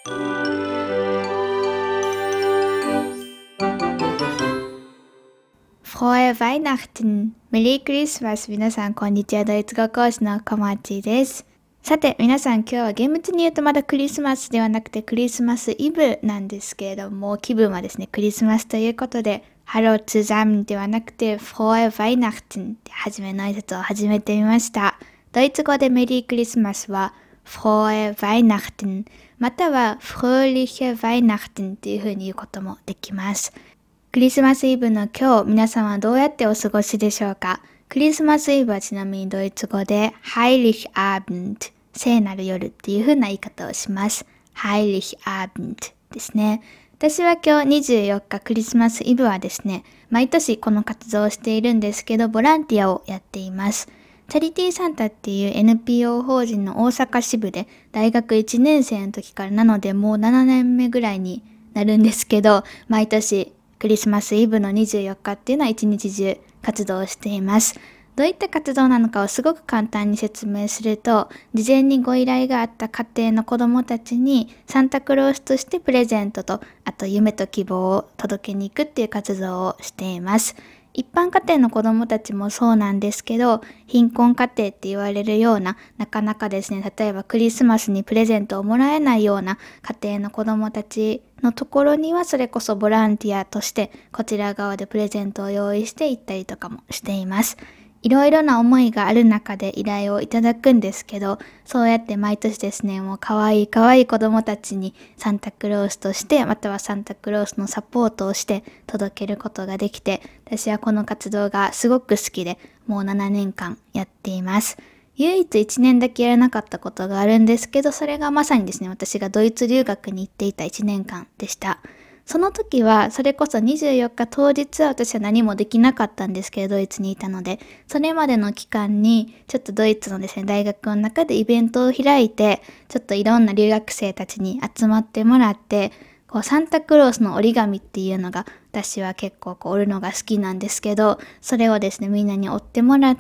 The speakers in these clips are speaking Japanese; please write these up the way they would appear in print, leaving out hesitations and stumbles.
Frohe Weihnachten! メリークリスマス。皆さん、こんにちは。ドイツ語講師のこまちです。さて、皆さん、今日は厳密に言うとまだクリスマスではなくてクリスマスイブなんですけれども、気分はですね、クリスマスということで、Hallo zusammen ではなくて Frohe Weihnachten で初めの挨拶を始めてみました。ドイツ語でメリークリスマスは Frohe Weihnachten または Fröhliche Weihnachten という風に言うこともできます。クリスマスイブの今日、皆さんはどうやってお過ごしでしょうか？クリスマスイブはちなみにドイツ語で Heiligabend 聖なる夜っていう風な言い方をします。Heiligabend ですね。私は今日24日クリスマスイブはですね、毎年この活動をしているんですけど、ボランティアをやっています。チャリティーサンタっていう NPO 法人の大阪支部で大学1年生の時からなのでもう7年目ぐらいになるんですけど、毎年クリスマスイブの24日っていうのは一日中活動しています。どういった活動なのかをすごく簡単に説明すると、事前にご依頼があった家庭の子どもたちにサンタクロースとしてプレゼントと、あと夢と希望を届けに行くっていう活動をしています。一般家庭の子どもたちもそうなんですけど、貧困家庭って言われるような、なかなかですね、例えばクリスマスにプレゼントをもらえないような家庭の子どもたちのところには、それこそボランティアとしてこちら側でプレゼントを用意して行ったりとかもしています。いろいろな思いがある中で依頼をいただくんですけど、そうやって毎年ですね、もう可愛い可愛い子供たちにサンタクロースとして、またはサンタクロースのサポートをして届けることができて、私はこの活動がすごく好きで、もう7年間やっています。唯一1年だけやらなかったことがあるんですけど、それがまさにですね、私がドイツ留学に行っていた1年間でした。その時は、それこそ24日当日は私は何もできなかったんですけど、ドイツにいたので、それまでの期間に、ちょっとドイツのですね、大学の中でイベントを開いて、ちょっといろんな留学生たちに集まってもらって、サンタクロースの折り紙っていうのが、私は結構折るのが好きなんですけど、それをですね、みんなに折ってもらって、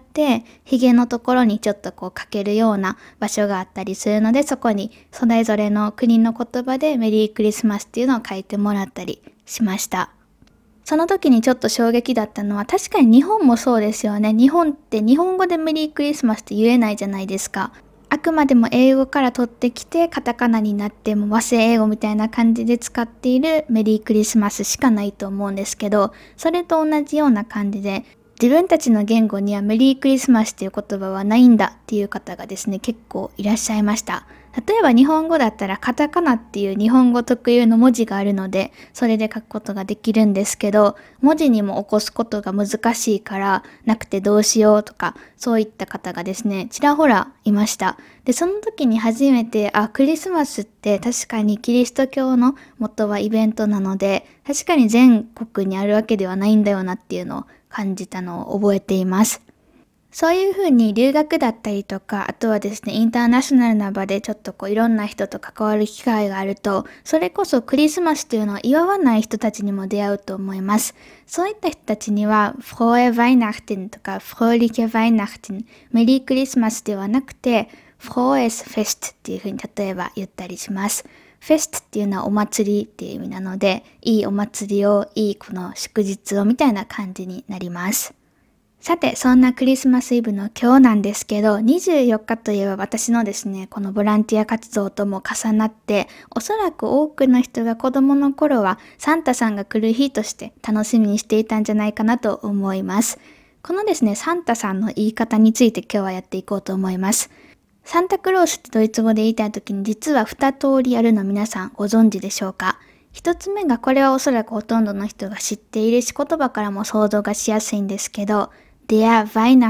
髭のところにちょっとかけるような場所があったりするので、そこにそれぞれの国の言葉でメリークリスマスっていうのを書いてもらったりしました。その時にちょっと衝撃だったのは、確かに日本もそうですよね。日本って日本語でメリークリスマスって言えないじゃないですか。あくまでも英語から取ってきてカタカナになっても和製英語みたいな感じで使っているメリークリスマスしかないと思うんですけど、それと同じような感じで自分たちの言語にはメリークリスマスっていう言葉はないんだっていう方がですね、結構いらっしゃいました。例えば日本語だったらカタカナっていう日本語特有の文字があるので、それで書くことができるんですけど、文字にも起こすことが難しいからなくてどうしようとか、そういった方がですね、ちらほらいました。で、その時に初めて、クリスマスって確かにキリスト教の元はイベントなので、確かに全国にあるわけではないんだよなっていうのを感じたのを覚えています。そういうふうに留学だったりとか、あとはですね、インターナショナルな場でちょっといろんな人と関わる機会があると、それこそクリスマスというのを祝わない人たちにも出会うと思います。そういった人たちには、Frohe Weihnachten とか Fröhliche Weihnachten、メリークリスマスではなくて、Frohes Fest っていうふうに例えば言ったりします。フェストっていうのはお祭りっていう意味なので、いいお祭りを、いいこの祝日をみたいな感じになります。さて、そんなクリスマスイブの今日なんですけど、24日といえば私のですね、このボランティア活動とも重なって、おそらく多くの人が子供の頃はサンタさんが来る日として楽しみにしていたんじゃないかなと思います。このですね、サンタさんの言い方について今日はやっていこうと思います。サンタクロースってドイツ語で言いたいときに実は2通りあるの皆さんご存知でしょうか？一つ目がこれはおそらくほとんどの人が知っているし言葉からも想像がしやすいんですけど、Der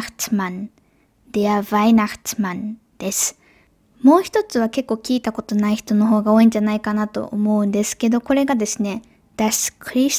Weihnachtsmann、Der Weihnachtsmann です。もう一つは結構聞いたことない人の方が多いんじゃないかなと思うんですけど、これがですね、Das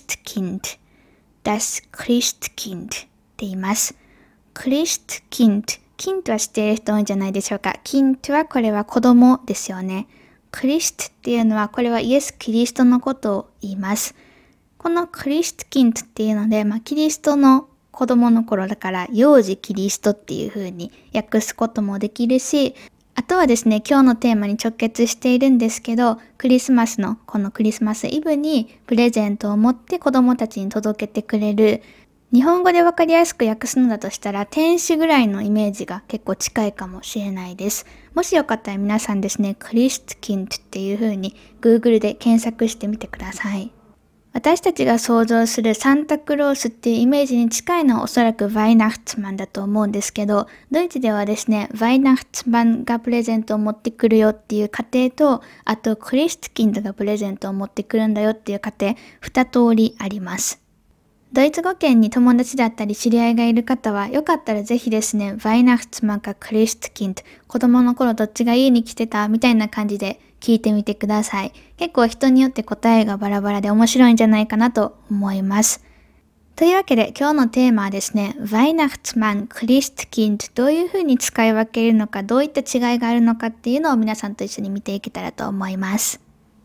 Christkind、Das Christkind って言います。Christkind、キントは知っている人多いんじゃないでしょうか。キントはこれは子供ですよね。クリストっていうのはこれはイエス・キリストのことを言います。このクリストキントっていうので、キリストの子供の頃だから幼児キリストっていう風に訳すこともできるし、 あとはですね、今日のテーマに直結しているんですけど、クリスマスのこのクリスマスイブにプレゼントを持って子供たちに届けてくれる、日本語でわかりやすく訳すのだとしたら天使ぐらいのイメージが結構近いかもしれないです。もしよかったら皆さんですね、クリストキントっていう風に Google で検索してみてください。私たちが想像するサンタクロースっていうイメージに近いのはおそらくヴァイナッツマンだと思うんですけど、ドイツではですね、ヴァイナッツマンがプレゼントを持ってくるよっていう家庭と、あとクリストキンドがプレゼントを持ってくるんだよっていう家庭、二通りあります。ドイツ語圏に友達だったり知り合いがいる方は、よかったらぜひですね、ヴァイナッツマンかクリストキンド、子供の頃どっちが家に来てたみたいな感じで聞いてみてください。結構人によって答えがバラバラで面白いんじゃないかなと思います。というわけで今日のテーマはですね、ヴァイナッツマン、クリストキンド、どういうふうに使い分けるのか、どういった違いがあるのかっていうのを皆さんと一緒に見ていけたらと思います。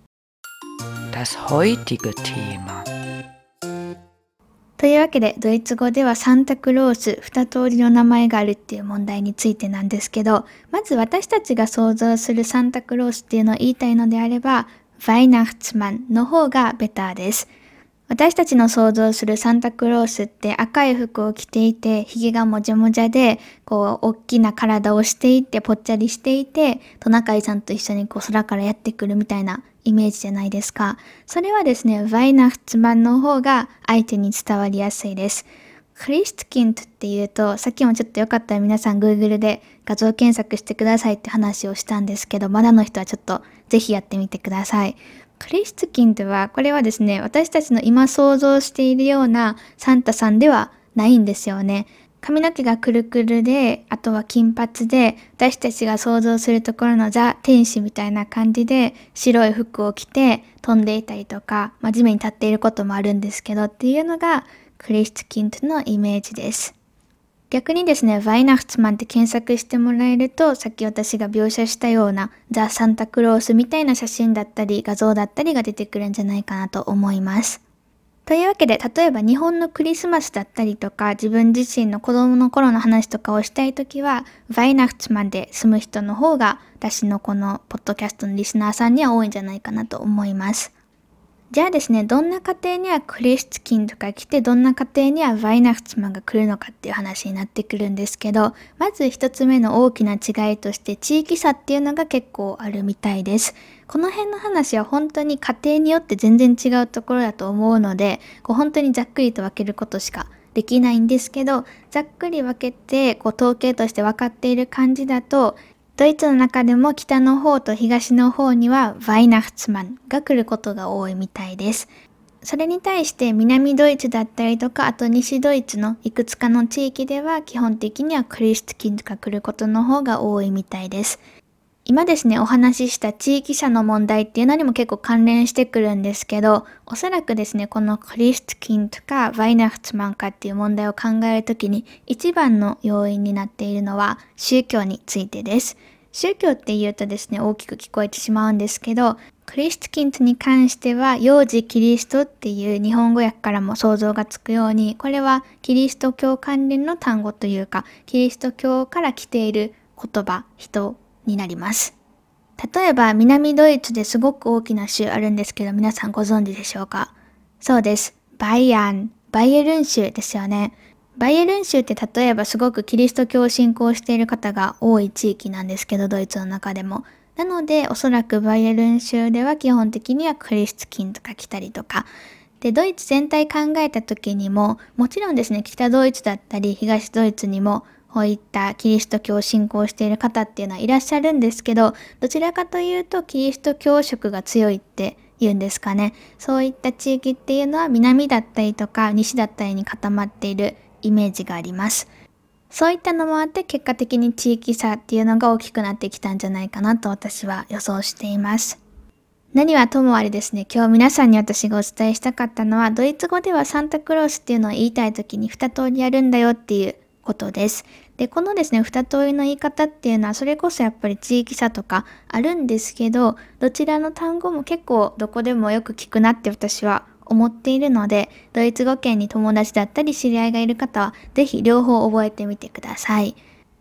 Das heutige Thema。 というわけで、ドイツ語ではサンタクロース二通りの名前があるっていう問題についてなんですけど、まず私たちが想像するサンタクロースっていうのを言いたいのであれば、ヴァイナッツマンの方がベターです。私たちの想像するサンタクロースって赤い服を着ていて、髭がもじゃもじゃで、大きな体をしていて、ぽっちゃりしていて、トナカイさんと一緒に空からやってくるみたいなイメージじゃないですか。それはですね、ヴァイナッツマンの方が相手に伝わりやすいです。クリストキントっていうと、さっきもちょっとよかったら皆さん Google で画像検索してくださいって話をしたんですけど、まだの人はちょっとぜひやってみてください。クリストキントは、これはですね、私たちの今想像しているようなサンタさんではないんですよね。髪の毛がくるくるで、あとは金髪で、私たちが想像するところのザ・天使みたいな感じで、白い服を着て飛んでいたりとか、地面に立っていることもあるんですけどっていうのがクリストキントのイメージです。逆にですね、ヴァイナッツマンって検索してもらえると、さっき私が描写したようなザ・サンタクロースみたいな写真だったり画像だったりが出てくるんじゃないかなと思います。というわけで、例えば日本のクリスマスだったりとか、自分自身の子供の頃の話とかをしたいときは、ヴァイナッツマンで住む人の方が、私のこのポッドキャストのリスナーさんには多いんじゃないかなと思います。じゃあですね、どんな家庭にはクリストキンとか来て、どんな家庭にはヴァイナッツマンが来るのかっていう話になってくるんですけど、まず一つ目の大きな違いとして地域差っていうのが結構あるみたいです。この辺の話は本当に家庭によって全然違うところだと思うので、本当にざっくりと分けることしかできないんですけど、ざっくり分けて統計として分かっている感じだと、ドイツの中でも北の方と東の方にはヴァイナッツマンが来ることが多いみたいです。それに対して南ドイツだったりとか、あと西ドイツのいくつかの地域では基本的にはクリストキンが来ることの方が多いみたいです。今ですね、お話しした地域差の問題っていうのにも結構関連してくるんですけど、おそらくですね、このクリストキンとかヴァイナッツマンかっていう問題を考えるときに一番の要因になっているのは宗教についてです。宗教って言うとですね、大きく聞こえてしまうんですけど、クリストキントに関しては幼児キリストっていう日本語訳からも想像がつくように、これはキリスト教関連の単語というか、キリスト教から来ている言葉、人になります。例えば南ドイツですごく大きな州あるんですけど、皆さんご存知でしょうか？そうです。バイエルン州ですよね。バイエルン州って例えばすごくキリスト教を信仰している方が多い地域なんですけど、ドイツの中でも。なのでおそらくバイエルン州では基本的にはクリストキンとか来たりとか。で、ドイツ全体考えた時にも、もちろんですね、北ドイツだったり東ドイツにも、こういったキリスト教を信仰している方っていうのはいらっしゃるんですけど、どちらかというとキリスト教色が強いって言うんですかね。そういった地域っていうのは南だったりとか西だったりに固まっているイメージがあります。そういったのもあって結果的に地域差っていうのが大きくなってきたんじゃないかなと私は予想しています。何はともあれですね、今日皆さんに私がお伝えしたかったのは、ドイツ語ではサンタクロースっていうのを言いたい時に二通りやるんだよっていうことです。で、このですね、二通りの言い方っていうのは、それこそやっぱり地域差とかあるんですけど、どちらの単語も結構どこでもよく聞くなって私は思っているので、ドイツ語圏に友達だったり知り合いがいる方は、ぜひ両方覚えてみてください。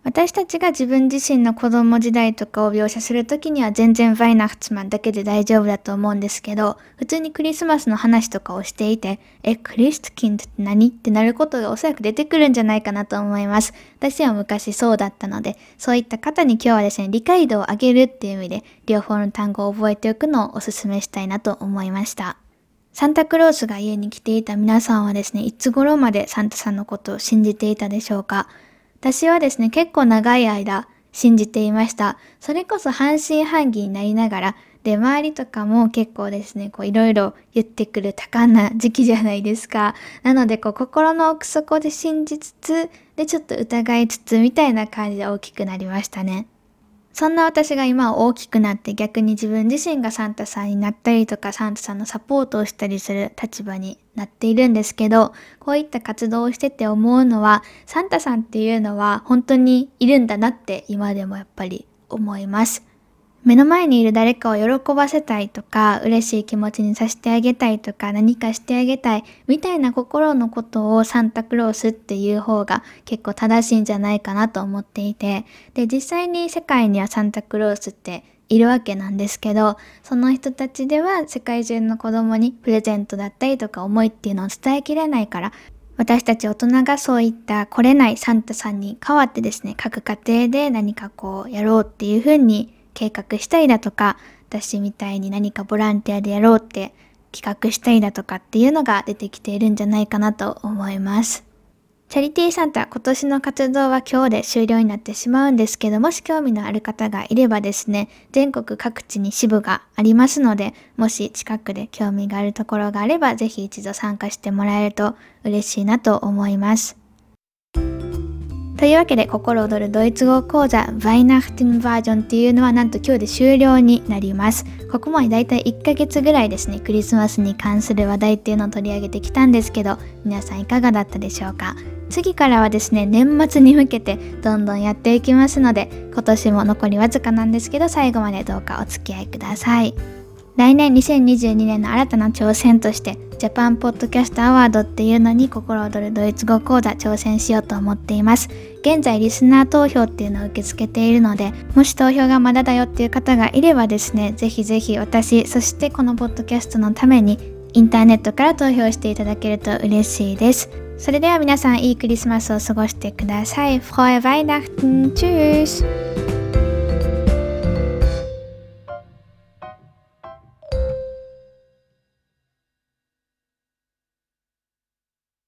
私たちが自分自身の子供時代とかを描写するときには全然Weihnachtsmannだけで大丈夫だと思うんですけど、普通にクリスマスの話とかをしていて、クリストキンドって何ってなることがおそらく出てくるんじゃないかなと思います。私は昔そうだったので、そういった方に今日はですね、理解度を上げるっていう意味で、両方の単語を覚えておくのをお勧めしたいなと思いました。サンタクロースが家に来ていた皆さんはですね、いつ頃までサンタさんのことを信じていたでしょうか？私はですね、結構長い間信じていました。それこそ半信半疑になりながら、で、周りとかも結構ですね、いろいろ言ってくる多感な時期じゃないですか。なので、心の奥底で信じつつ、で、ちょっと疑いつつみたいな感じで大きくなりましたね。そんな私が今大きくなって逆に自分自身がサンタさんになったりとかサンタさんのサポートをしたりする立場になっているんですけど、こういった活動をしてて思うのは、サンタさんっていうのは本当にいるんだなって今でもやっぱり思います。目の前にいる誰かを喜ばせたいとか、嬉しい気持ちにさせてあげたいとか、何かしてあげたいみたいな心のことをサンタクロースっていう方が結構正しいんじゃないかなと思っていて、で、実際に世界にはサンタクロースっているわけなんですけど、その人たちでは世界中の子供にプレゼントだったりとか思いっていうのを伝えきれないから、私たち大人がそういった来れないサンタさんに代わってですね、各家庭で何かやろうっていう風に計画したりだとか、私みたいに何かボランティアでやろうって企画したりだとかっていうのが出てきているんじゃないかなと思います。チャリティーサンタ、今年の活動は今日で終了になってしまうんですけど、もし興味のある方がいればですね、全国各地に支部がありますので、もし近くで興味があるところがあれば、ぜひ一度参加してもらえると嬉しいなと思います。というわけで、心躍るドイツ語講座 Weihnachten バージョンっていうのはなんと今日で終了になります。ここまでだいたい1ヶ月ぐらいですね、クリスマスに関する話題っていうのを取り上げてきたんですけど、皆さんいかがだったでしょうか？次からはですね、年末に向けてどんどんやっていきますので、今年も残りわずかなんですけど、最後までどうかお付き合いください。来年2022年の新たな挑戦としてジャパンポッドキャストアワードっていうのに心躍るドイツ語講座挑戦しようと思っています。現在リスナー投票っていうのを受け付けているので、もし投票がまだだよっていう方がいればですね、ぜひぜひ私、そしてこのポッドキャストのためにインターネットから投票していただけると嬉しいです。それでは皆さんいいクリスマスを過ごしてください。Frohe Weihnachten! Tschüss!